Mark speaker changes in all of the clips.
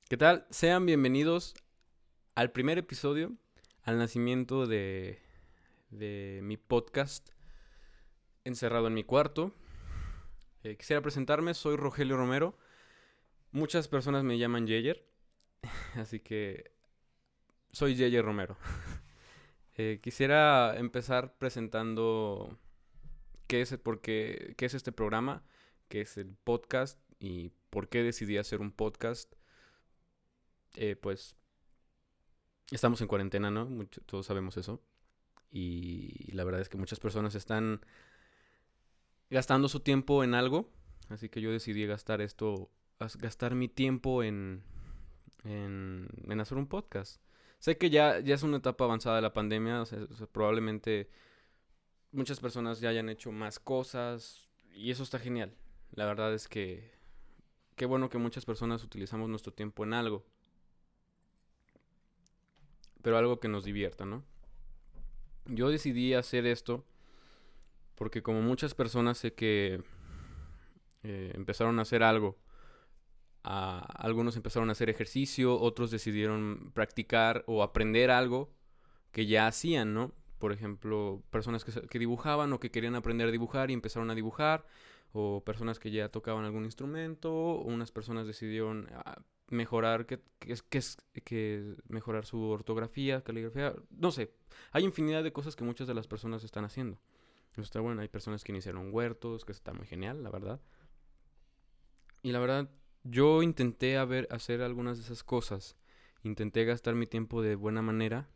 Speaker 1: ¿Qué tal? Sean bienvenidos al primer episodio, al nacimiento de mi podcast encerrado en mi cuarto. Quisiera presentarme, soy Rogelio Romero. Muchas personas me llaman Yeyer, así que soy Yeyer Romero. Quisiera empezar presentando qué es este programa, qué es el podcast y por qué decidí hacer un podcast. Pues estamos en cuarentena, ¿no? Todos sabemos eso. Y la verdad es que muchas personas están gastando su tiempo en algo. Así que yo decidí gastar mi tiempo en hacer un podcast. Sé que ya es una etapa avanzada de la pandemia, o sea, probablemente muchas personas ya hayan hecho más cosas y eso está genial. La verdad es que qué bueno que muchas personas utilizamos nuestro tiempo en algo, pero algo que nos divierta, ¿no? Yo decidí hacer esto porque como muchas personas sé que empezaron a hacer algo. Algunos empezaron a hacer ejercicio, otros decidieron practicar o aprender algo que ya hacían, ¿no? Por ejemplo, personas que dibujaban o que querían aprender a dibujar y empezaron a dibujar, o personas que ya tocaban algún instrumento, o unas personas decidieron mejorar, que mejorar su ortografía, caligrafía, no sé, hay infinidad de cosas que muchas de las personas están haciendo. Eso está bueno, hay personas que iniciaron huertos, que está muy genial, la verdad. Y la verdad, yo intenté hacer algunas de esas cosas. Intenté gastar mi tiempo de buena manera.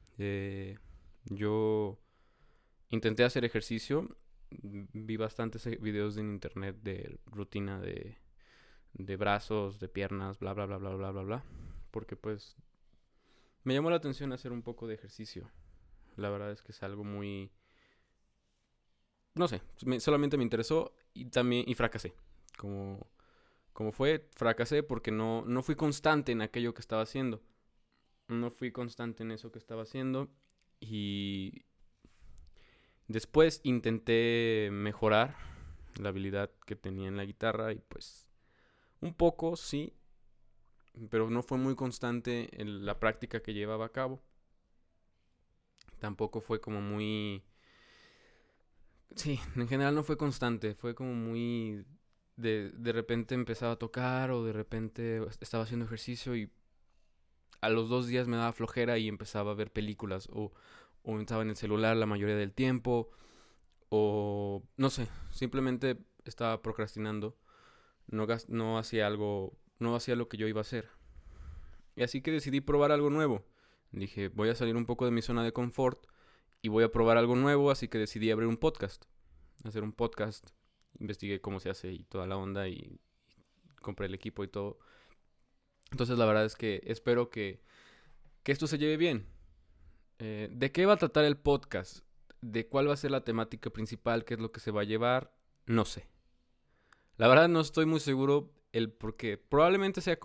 Speaker 1: Yo intenté hacer ejercicio. Vi bastantes videos en internet de rutina de brazos, de piernas, bla, bla, bla, bla, bla, bla, bla. Porque pues me llamó la atención hacer un poco de ejercicio. La verdad es que es algo muy... No sé, solamente me interesó y fracasé. Como Como fue, fracasé porque no fui constante en aquello que estaba haciendo. No fui constante en eso que estaba haciendo. Y después intenté mejorar la habilidad que tenía en la guitarra. Y pues un poco, sí. Pero no fue muy constante en la práctica que llevaba a cabo. Tampoco fue como muy... Sí, en general no fue constante. Fue como muy... De repente empezaba a tocar o de repente estaba haciendo ejercicio y a los 2 días me daba flojera y empezaba a ver películas o estaba en el celular la mayoría del tiempo o no sé, simplemente estaba procrastinando, no hacía algo, no hacía lo que yo iba a hacer. Y así que decidí probar algo nuevo. Dije, voy a salir un poco de mi zona de confort y voy a probar algo nuevo, así que decidí abrir un podcast, hacer un podcast. Investigué cómo se hace y toda la onda y compré el equipo y todo. Entonces la verdad es que espero que esto se lleve bien. ¿De qué va a tratar el podcast? ¿De cuál va a ser la temática principal? ¿Qué es lo que se va a llevar? No sé. La verdad no estoy muy seguro el por qué. Probablemente sea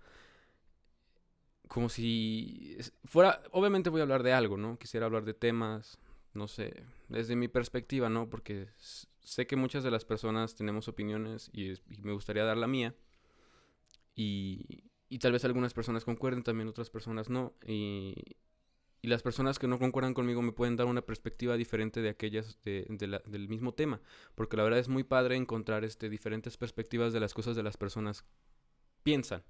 Speaker 1: como si fuera... Obviamente voy a hablar de algo, ¿no? Quisiera hablar de temas, no sé, desde mi perspectiva, ¿no? Porque sé que muchas de las personas tenemos opiniones y me gustaría dar la mía. Y tal vez algunas personas concuerden, también otras personas no. Y las personas que no concuerdan conmigo me pueden dar una perspectiva diferente de aquellas del mismo tema. Porque la verdad es muy padre encontrar diferentes perspectivas de las cosas de las personas piensan.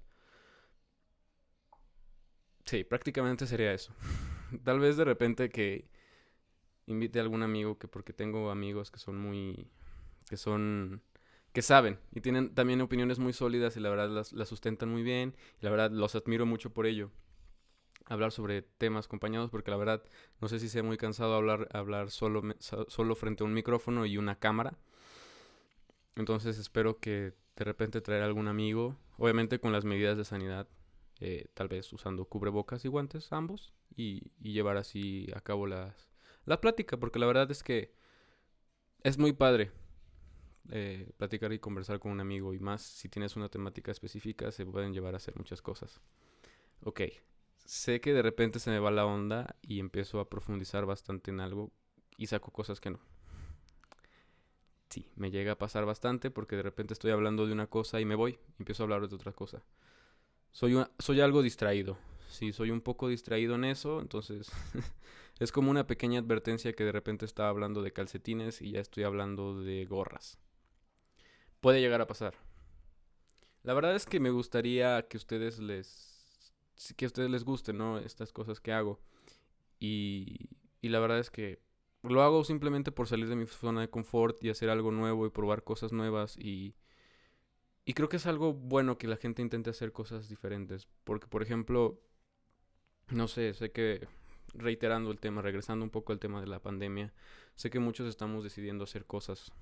Speaker 1: Sí, prácticamente sería eso. Tal vez de repente que invite a algún amigo que porque tengo amigos que son muy... que son... que saben y tienen también opiniones muy sólidas y la verdad las sustentan muy bien. Y la verdad los admiro mucho por ello. Hablar sobre temas acompañados porque la verdad no sé si sea muy cansado hablar solo frente a un micrófono y una cámara. Entonces espero que de repente traer algún amigo, obviamente con las medidas de sanidad, tal vez usando cubrebocas y guantes ambos y llevar así a cabo la plática porque la verdad es que es muy padre platicar y conversar con un amigo y más si tienes una temática específica se pueden llevar a hacer muchas cosas. Ok, sé que de repente se me va la onda y empiezo a profundizar bastante en algo y saco cosas que no. Sí, me llega a pasar bastante porque de repente estoy hablando de una cosa y me voy y empiezo a hablar de otra cosa. Soy algo distraído. Sí, soy un poco distraído en eso, entonces es como una pequeña advertencia que de repente estaba hablando de calcetines y ya estoy hablando de gorras. Puede llegar a pasar. La verdad es que me gustaría que a ustedes les gusten, ¿no? Estas cosas que hago. Y la verdad es que lo hago simplemente por salir de mi zona de confort y hacer algo nuevo y probar cosas nuevas. Y creo que es algo bueno que la gente intente hacer cosas diferentes. Porque, por ejemplo, no sé que reiterando el tema, regresando un poco al tema de la pandemia, sé que muchos estamos decidiendo hacer cosas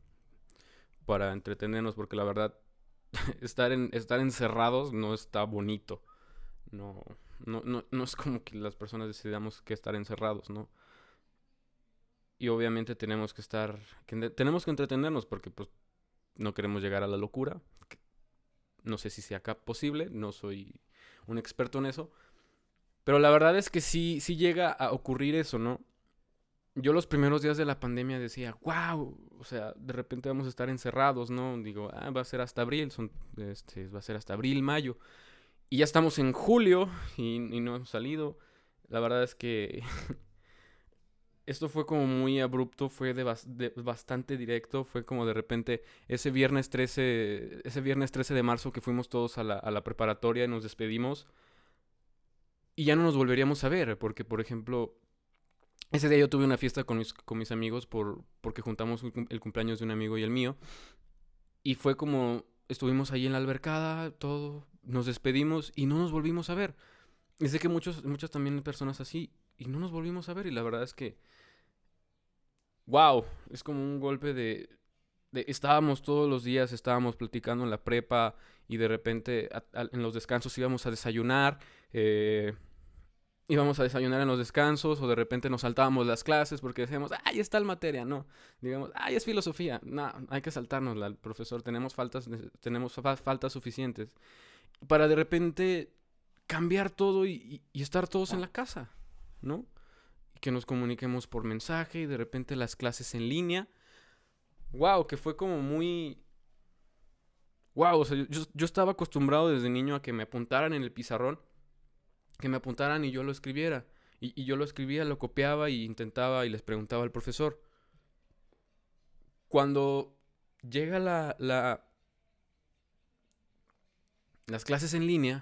Speaker 1: para entretenernos porque la verdad estar encerrados no está bonito. No, no es como que las personas decidamos que estar encerrados, ¿no? Y obviamente tenemos que entretenernos porque pues no queremos llegar a la locura. No sé si sea acá posible, no soy un experto en eso, pero la verdad es que sí llega a ocurrir eso, ¿no? Yo los primeros días de la pandemia decía, wow, o sea, de repente vamos a estar encerrados, ¿no? Digo, va a ser hasta abril, va a ser hasta abril, mayo. Y ya estamos en julio y no hemos salido. La verdad es que esto fue como muy abrupto, fue bastante directo, fue como de repente ese viernes 13 de marzo que fuimos todos a la preparatoria y nos despedimos y ya no nos volveríamos a ver, porque por ejemplo, ese día yo tuve una fiesta con mis amigos porque juntamos el cumpleaños de un amigo y el mío y fue como estuvimos ahí en la albercada, todo, nos despedimos y no nos volvimos a ver. Y sé que muchas también personas así y no nos volvimos a ver y la verdad es que wow, es como un golpe estábamos todos los días, estábamos platicando en la prepa y de repente en los descansos íbamos a desayunar, íbamos a desayunar en los descansos o de repente nos saltábamos las clases porque decíamos, ay, es tal materia, no, digamos, ay, es filosofía, no, hay que saltárnosla, el profesor, tenemos faltas suficientes para de repente cambiar todo y estar todos en la casa, ¿no? Que nos comuniquemos por mensaje y de repente las clases en línea. Wow, que fue como muy... Wow, o sea, yo estaba acostumbrado desde niño a que me apuntaran en el pizarrón, que me apuntaran y yo lo escribiera. Y yo lo escribía, lo copiaba y intentaba y les preguntaba al profesor. Cuando llega las clases en línea,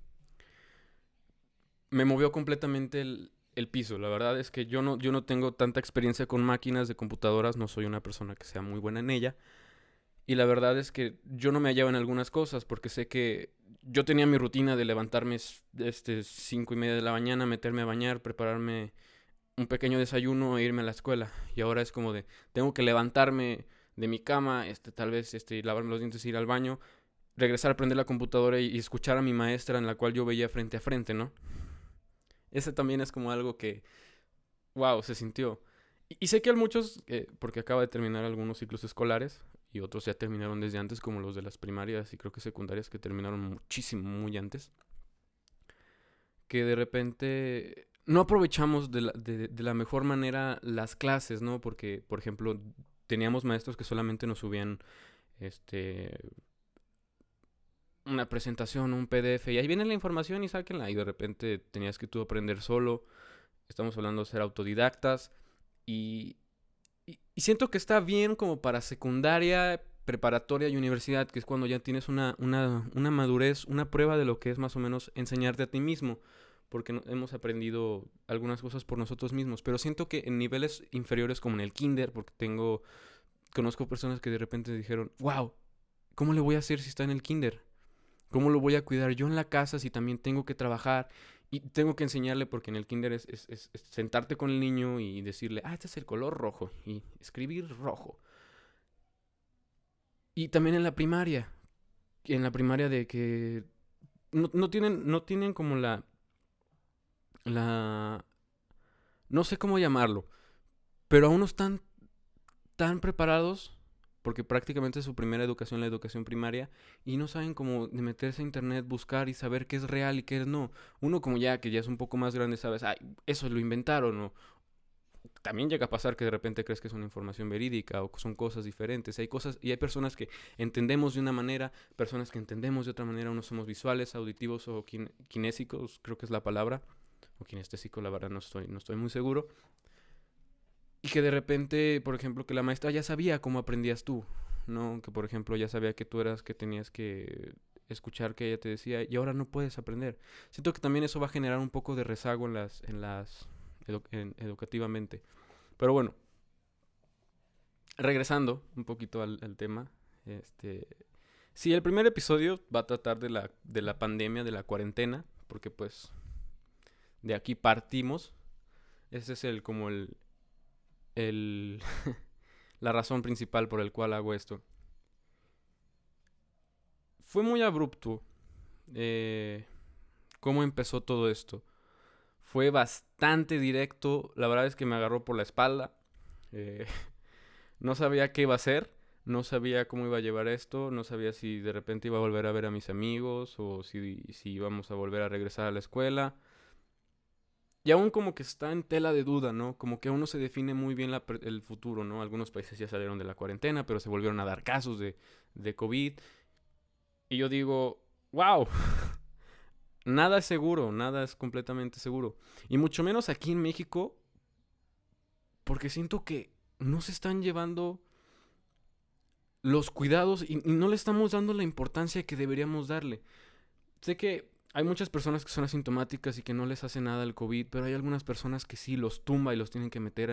Speaker 1: me movió completamente el piso. La verdad es que yo no tengo tanta experiencia con máquinas de computadoras, no soy una persona que sea muy buena en ella. Y la verdad es que yo no me hallaba en algunas cosas porque sé que yo tenía mi rutina de levantarme 5:30 de la mañana, meterme a bañar, prepararme un pequeño desayuno e irme a la escuela. Y ahora es como de, tengo que levantarme de mi cama, tal vez lavarme los dientes, ir al baño, regresar a prender la computadora y escuchar a mi maestra en la cual yo veía frente a frente, ¿no? Ese también es como algo que, wow, se sintió. Y sé que hay muchos, porque acaba de terminar algunos ciclos escolares y otros ya terminaron desde antes, como los de las primarias y creo que secundarias que terminaron muchísimo, muy antes, que de repente no aprovechamos de la mejor manera las clases, ¿no? Porque, por ejemplo, teníamos maestros que solamente nos subían este una presentación, un PDF, y ahí viene la información y sáquenla, y de repente tenías que tú aprender solo. Estamos hablando de ser autodidactas. Y, y siento que está bien como para secundaria, preparatoria y universidad, que es cuando ya tienes una madurez, una prueba de lo que es más o menos enseñarte a ti mismo, porque hemos aprendido algunas cosas por nosotros mismos. Pero siento que en niveles inferiores como en el kinder, porque conozco personas que de repente dijeron, wow, ¿cómo le voy a hacer si está en el kinder? ¿Cómo lo voy a cuidar yo en la casa si también tengo que trabajar? Y tengo que enseñarle porque en el kinder es sentarte con el niño y decirle, este es el color rojo y escribir rojo. Y también en la primaria de que no tienen como la, no sé cómo llamarlo, pero aún no están tan preparados porque prácticamente es su primera educación, la educación primaria, y no saben cómo de meterse a internet, buscar y saber qué es real y qué es no. Uno como que ya es un poco más grande, sabes, eso lo inventaron, o también llega a pasar que de repente crees que es una información verídica o que son cosas diferentes. Hay cosas y hay personas que entendemos de una manera, personas que entendemos de otra manera. Unos somos visuales, auditivos o kinésicos, creo que es la palabra. O kinestésico, la verdad no estoy muy seguro. Y que de repente, por ejemplo, que la maestra ya sabía cómo aprendías tú, ¿no? Que por ejemplo ya sabía que tú eras que tenías que escuchar que ella te decía y ahora no puedes aprender. Siento que también eso va a generar un poco de rezago educativamente. Pero bueno, regresando un poquito al tema, este, sí, el primer episodio va a tratar de la pandemia, de la cuarentena, porque pues de aquí partimos. Ese es el la razón principal por el cual hago esto. Fue muy abrupto cómo empezó todo esto. Fue bastante directo, la verdad es que me agarró por la espalda. Eh, no sabía qué iba a hacer, no sabía cómo iba a llevar esto, no sabía si de repente iba a volver a ver a mis amigos o si íbamos a volver a regresar a la escuela. Y aún como que está en tela de duda, ¿no? Como que aún no se define muy bien el futuro, ¿no? Algunos países ya salieron de la cuarentena, pero se volvieron a dar casos de COVID. Y yo digo, wow, nada es seguro, nada es completamente seguro. Y mucho menos aquí en México, porque siento que no se están llevando los cuidados y no le estamos dando la importancia que deberíamos darle. Sé que hay muchas personas que son asintomáticas y que no les hace nada el COVID, pero hay algunas personas que sí los tumba y los tienen que meter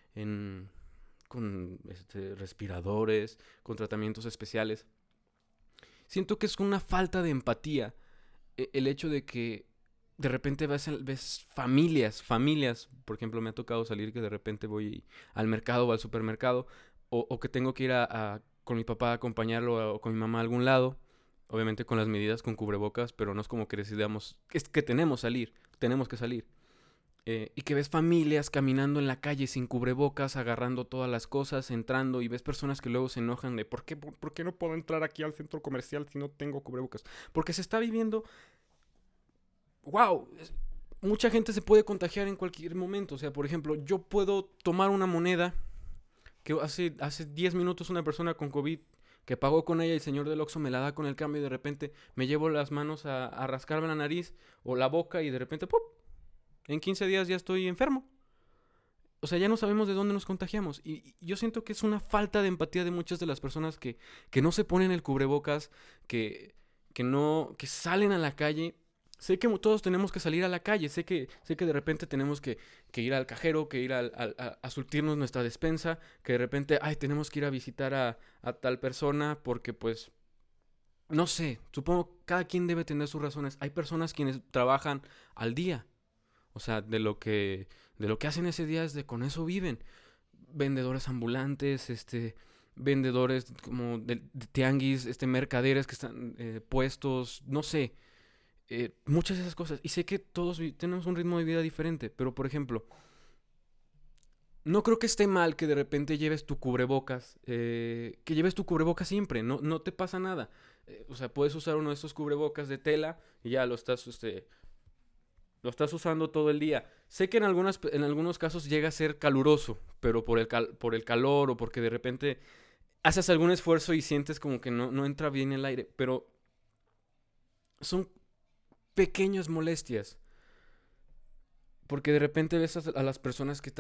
Speaker 1: con respiradores, con tratamientos especiales. Siento que es una falta de empatía el hecho de que de repente ves familias, por ejemplo, me ha tocado salir que de repente voy al mercado o al supermercado o que tengo que ir con mi papá a acompañarlo o con mi mamá a algún lado, obviamente con las medidas con cubrebocas, pero no es como que decidamos, es que tenemos que salir. Y que ves familias caminando en la calle sin cubrebocas, agarrando todas las cosas, entrando, y ves personas que luego se enojan de ¿por qué no puedo entrar aquí al centro comercial si no tengo cubrebocas? Porque se está viviendo, wow, mucha gente se puede contagiar en cualquier momento. O sea, por ejemplo, yo puedo tomar una moneda que hace 10 minutos una persona con COVID que pagó con ella y el señor del Oxxo me la da con el cambio y de repente me llevo las manos a rascarme la nariz o la boca y de repente ¡pum! En 15 días ya estoy enfermo. O sea, ya no sabemos de dónde nos contagiamos. Y yo siento que es una falta de empatía de muchas de las personas que no se ponen el cubrebocas, que salen a la calle. Sé que todos tenemos que salir a la calle. Sé que de repente tenemos que ir al cajero, que ir a surtirnos nuestra despensa, que de repente, tenemos que ir a visitar a tal persona porque pues... No sé, supongo que cada quien debe tener sus razones. Hay personas quienes trabajan al día. O sea, de lo que hacen ese día es con eso viven. Vendedores ambulantes, vendedores como de tianguis, mercaderes que están puestos, no sé, muchas de esas cosas. Y sé que todos tenemos un ritmo de vida diferente, pero por ejemplo, no creo que esté mal que de repente lleves tu cubrebocas, que lleves tu cubrebocas siempre, no te pasa nada. O sea, puedes usar uno de estos cubrebocas de tela y ya lo estás usando todo el día. Sé que en algunos casos llega a ser caluroso, pero por el calor o porque de repente haces algún esfuerzo y sientes como que no entra bien el aire, pero son pequeñas molestias. Porque de repente ves a las personas que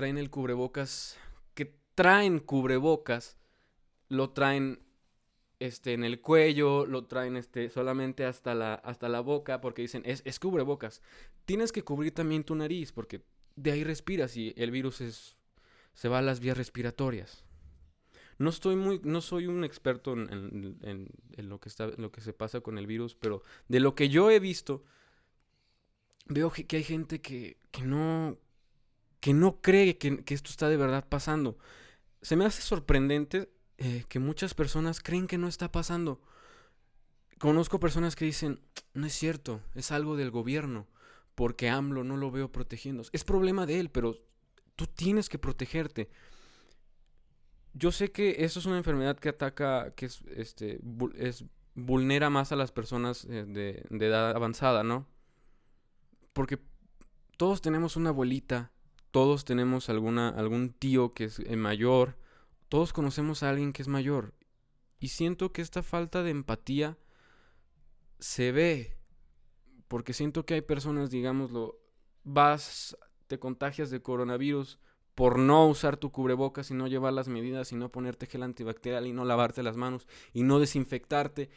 Speaker 1: traen cubrebocas, lo traen en el cuello, lo traen solamente hasta la boca, porque dicen, es cubrebocas. Tienes que cubrir también tu nariz, porque de ahí respiras y el virus se va a las vías respiratorias. No soy un experto en lo que se pasa con el virus, pero de lo que yo he visto, veo que hay gente que no cree que esto está de verdad pasando. Se me hace sorprendente que muchas personas creen que no está pasando. Conozco personas que dicen, no es cierto, es algo del gobierno, porque AMLO no lo veo protegiendo. Es problema de él, pero tú tienes que protegerte. Yo sé que eso es una enfermedad que ataca, que vulnera más a las personas de edad avanzada, ¿no? Porque todos tenemos una abuelita, todos tenemos algún tío que es mayor, todos conocemos a alguien que es mayor. Y siento que esta falta de empatía se ve, porque siento que hay personas, digámoslo, te contagias de coronavirus por no usar tu cubrebocas y no llevar las medidas y no ponerte gel antibacterial y no lavarte las manos y no desinfectarte.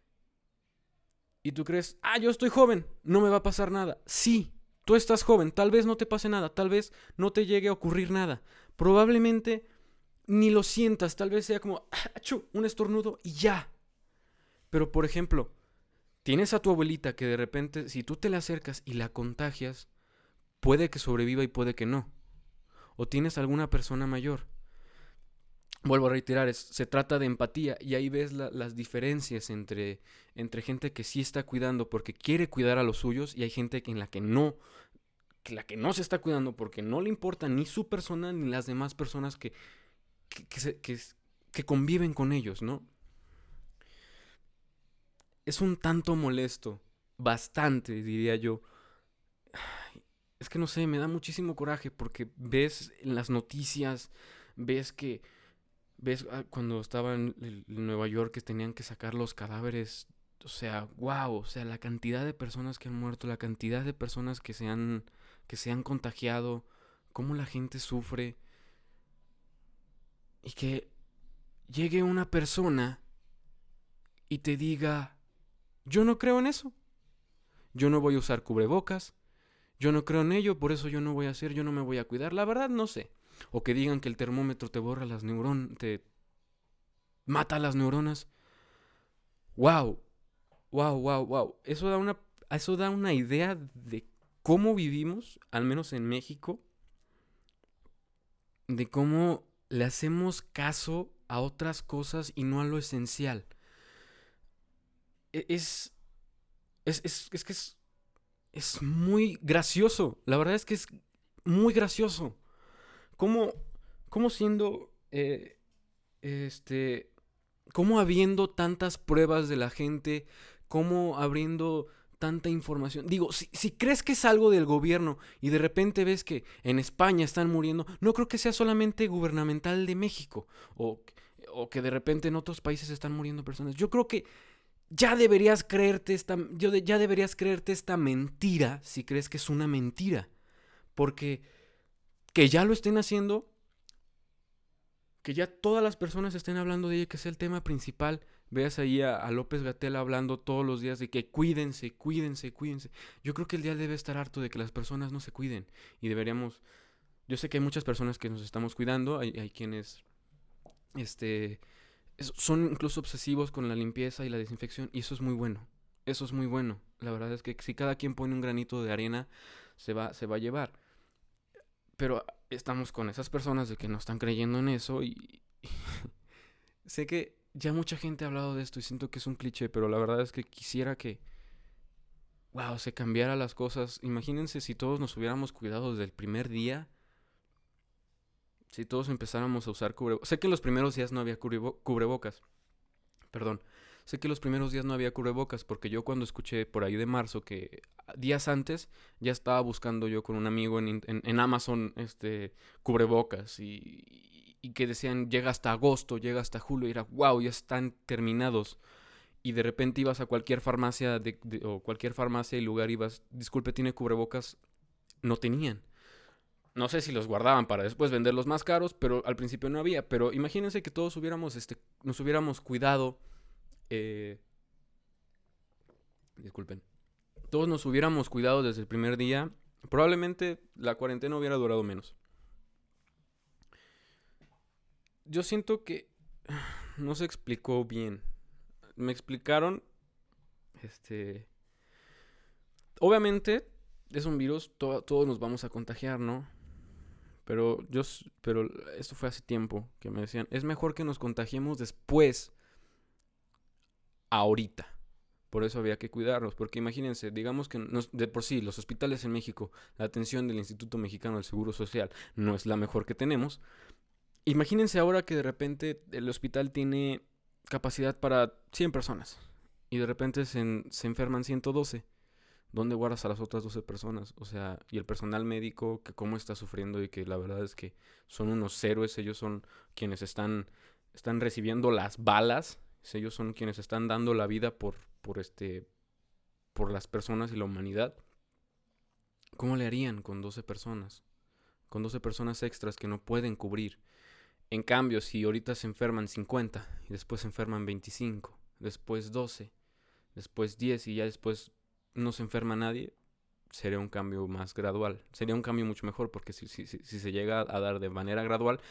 Speaker 1: Y tú crees, yo estoy joven, no me va a pasar nada. Sí, tú estás joven, tal vez no te pase nada, tal vez no te llegue a ocurrir nada. Probablemente ni lo sientas, tal vez sea como, un estornudo y ya. Pero por ejemplo, tienes a tu abuelita que de repente, si tú te le acercas y la contagias, puede que sobreviva y puede que no. O tienes alguna persona mayor. Vuelvo a reiterar, se trata de empatía y ahí ves las diferencias entre gente que sí está cuidando porque quiere cuidar a los suyos y hay gente en la que no se está cuidando porque no le importa ni su persona ni las demás personas que conviven con ellos, ¿no? Es un tanto molesto, bastante diría yo. Es que no sé, me da muchísimo coraje porque ves en las noticias, ves cuando estaba en Nueva York que tenían que sacar los cadáveres, o sea, wow, o sea, la cantidad de personas que han muerto, la cantidad de personas que se han contagiado, cómo la gente sufre y que llegue una persona y te diga, yo no creo en eso, yo no voy a usar cubrebocas, yo no creo en ello, por eso yo no voy a hacer, yo no me voy a cuidar, la verdad no sé. O que digan que el termómetro te borra las neuronas, te mata las neuronas. Wow, wow, wow, wow. Eso da una idea de cómo vivimos, al menos en México, de cómo le hacemos caso a otras cosas y no a lo esencial. Es que es muy gracioso. La verdad es que es muy gracioso. ¿Cómo siendo, cómo habiendo tantas pruebas de la gente, cómo abriendo tanta información? Digo, si crees que es algo del gobierno y de repente ves que en España están muriendo, no creo que sea solamente gubernamental de México o que de repente en otros países están muriendo personas. Yo creo que ya deberías creerte esta mentira si crees que es una mentira. Porque que ya lo estén haciendo, que ya todas las personas estén hablando de ella, que es el tema principal. Veas ahí a López-Gatell hablando todos los días de que cuídense. Yo creo que el día debe estar harto de que las personas no se cuiden. Y deberíamos... Yo sé que hay muchas personas que nos estamos cuidando. Hay quienes... son incluso obsesivos con la limpieza y la desinfección. Y eso es muy bueno. Eso es muy bueno. La verdad es que si cada quien pone un granito de arena, se va a llevar. Pero estamos con esas personas de que no están creyendo en eso y sé que ya mucha gente ha hablado de esto y siento que es un cliché, pero la verdad es que quisiera que, wow, se cambiara las cosas. Imagínense si todos nos hubiéramos cuidado desde el primer día, si todos empezáramos a usar cubrebocas. Sé que en los primeros días no había cubrebocas, perdón. Sé que los primeros días no había cubrebocas porque yo cuando escuché por ahí de marzo que días antes ya estaba buscando yo con un amigo en Amazon cubrebocas y que decían llega hasta agosto, llega hasta julio y era wow, ya están terminados. Y de repente ibas a cualquier farmacia o cualquier farmacia y lugar ibas, disculpe, ¿tiene cubrebocas? No tenían. No sé si los guardaban para después venderlos más caros, pero al principio no había. Pero imagínense que todos nos hubiéramos cuidado. Disculpen. Todos nos hubiéramos cuidado desde el primer día. Probablemente la cuarentena hubiera durado menos. Yo siento que no se explicó bien. Me explicaron. Obviamente es un virus, todos nos vamos a contagiar, ¿no? Pero esto fue hace tiempo que me decían, es mejor que nos contagiemos después, ahorita. Por eso había que cuidarnos, porque imagínense, digamos que de por sí los hospitales en México, la atención del Instituto Mexicano del Seguro Social no es la mejor que tenemos. Imagínense ahora que de repente el hospital tiene capacidad para 100 personas y de repente se enferman 112. ¿dónde guardas a las otras 12 personas? O sea, y el personal médico, que cómo está sufriendo y que la verdad es que son unos héroes, ellos son quienes están recibiendo las balas, ellos son quienes están dando la vida por las personas y la humanidad. ¿Cómo le harían con 12 personas? Con 12 personas extras que no pueden cubrir. En cambio, si ahorita se enferman 50 y después se enferman 25, después 12, después 10 y ya después no se enferma nadie, sería un cambio más gradual. Sería un cambio mucho mejor porque si se llega a dar de manera gradual,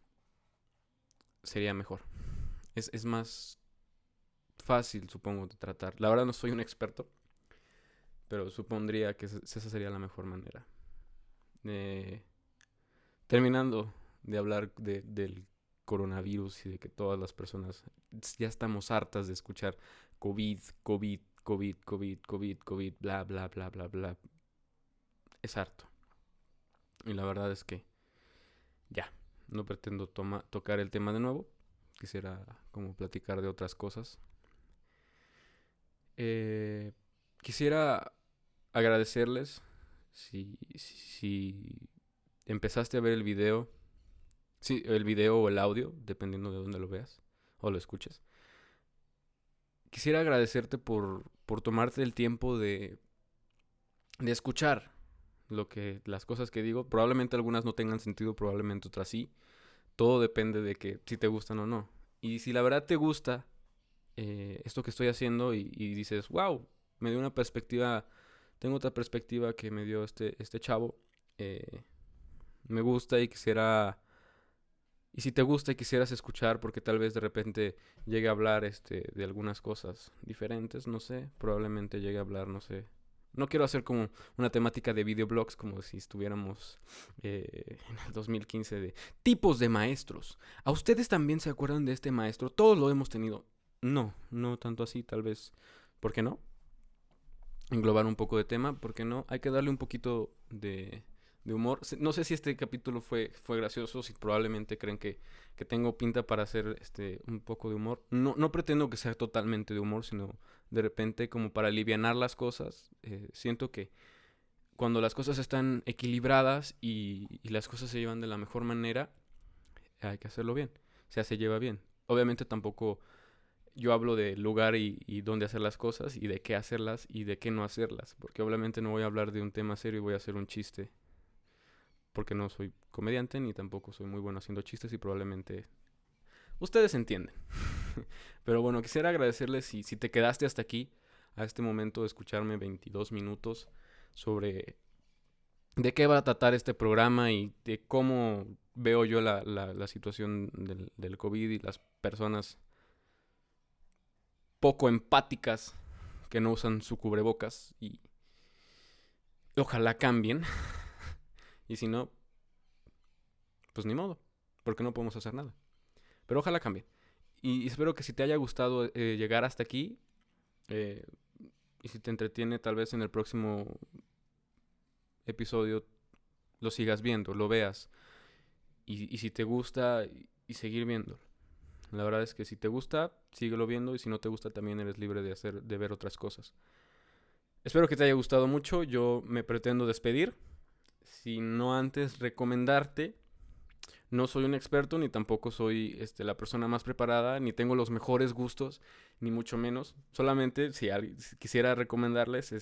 Speaker 1: sería mejor. Es más fácil, supongo, de tratar. La verdad no soy un experto, pero supondría que esa sería la mejor manera. Eh, Terminando de hablar del coronavirus y de que todas las personas ya estamos hartas de escuchar COVID, COVID, COVID, COVID, COVID, COVID, bla, bla, bla, bla, bla. Es harto. Y la verdad es que ya, no pretendo tocar el tema de nuevo. Quisiera como platicar de otras cosas. Eh, Quisiera agradecerles si empezaste a ver el video. Sí, el video o el audio, dependiendo de dónde lo veas o lo escuches. Quisiera agradecerte por tomarte el tiempo de escuchar las cosas que digo. Probablemente algunas no tengan sentido, probablemente otras sí. Todo depende de que si te gustan o no. Y si la verdad te gusta esto que estoy haciendo y dices, wow, me dio una perspectiva, tengo otra perspectiva que me dio este chavo, me gusta y quisiera. Y si te gusta y quisieras escuchar, porque tal vez de repente llegue a hablar de algunas cosas diferentes, no sé, probablemente llegue a hablar, no sé. No quiero hacer como una temática de videoblogs como si estuviéramos en el 2015 de tipos de maestros. ¿A ustedes también se acuerdan de este maestro? Todos lo hemos tenido. No, no tanto así, tal vez. ¿Por qué no? Englobar un poco de tema, ¿por qué no? Hay que darle un poquito de humor. No sé si este capítulo fue gracioso, si probablemente creen que tengo pinta para hacer un poco de humor. No pretendo que sea totalmente de humor, sino de repente como para alivianar las cosas. Siento que cuando las cosas están equilibradas y las cosas se llevan de la mejor manera, hay que hacerlo bien. O sea, se lleva bien. Obviamente tampoco yo hablo del lugar y dónde hacer las cosas y de qué hacerlas y de qué no hacerlas. Porque obviamente no voy a hablar de un tema serio y voy a hacer un chiste porque no soy comediante ni tampoco soy muy bueno haciendo chistes y probablemente ustedes entienden. Pero bueno, quisiera agradecerles si te quedaste hasta aquí, a este momento de escucharme 22 minutos sobre de qué va a tratar este programa y de cómo veo yo la situación del COVID y las personas poco empáticas que no usan su cubrebocas y ojalá cambien. Y si no, pues ni modo, porque no podemos hacer nada. Pero ojalá cambie. Y espero que si te haya gustado llegar hasta aquí, eh, y si te entretiene tal vez en el próximo episodio lo sigas viendo, lo veas. Y si te gusta, y seguir viéndolo. La verdad es que si te gusta, síguelo viendo. Y si no te gusta, también eres libre de ver otras cosas. Espero que te haya gustado mucho. Yo me pretendo despedir. Si no antes recomendarte. No soy un experto, ni tampoco soy la persona más preparada, ni tengo los mejores gustos, ni mucho menos. Solamente si quisiera recomendarles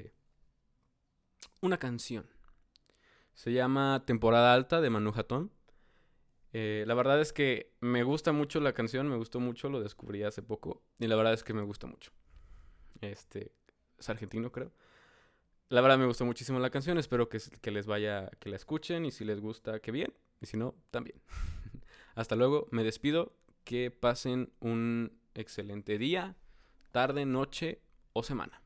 Speaker 1: una canción. Se llama Temporada Alta de Manu Jatón. La verdad es que me gusta mucho la canción, me gustó mucho, lo descubrí hace poco. Y la verdad es que me gusta mucho. Es argentino, creo. La verdad me gustó muchísimo la canción, espero que les vaya, que la escuchen y si les gusta, que bien. Y si no, también. Hasta luego, me despido. Que pasen un excelente día, tarde, noche o semana.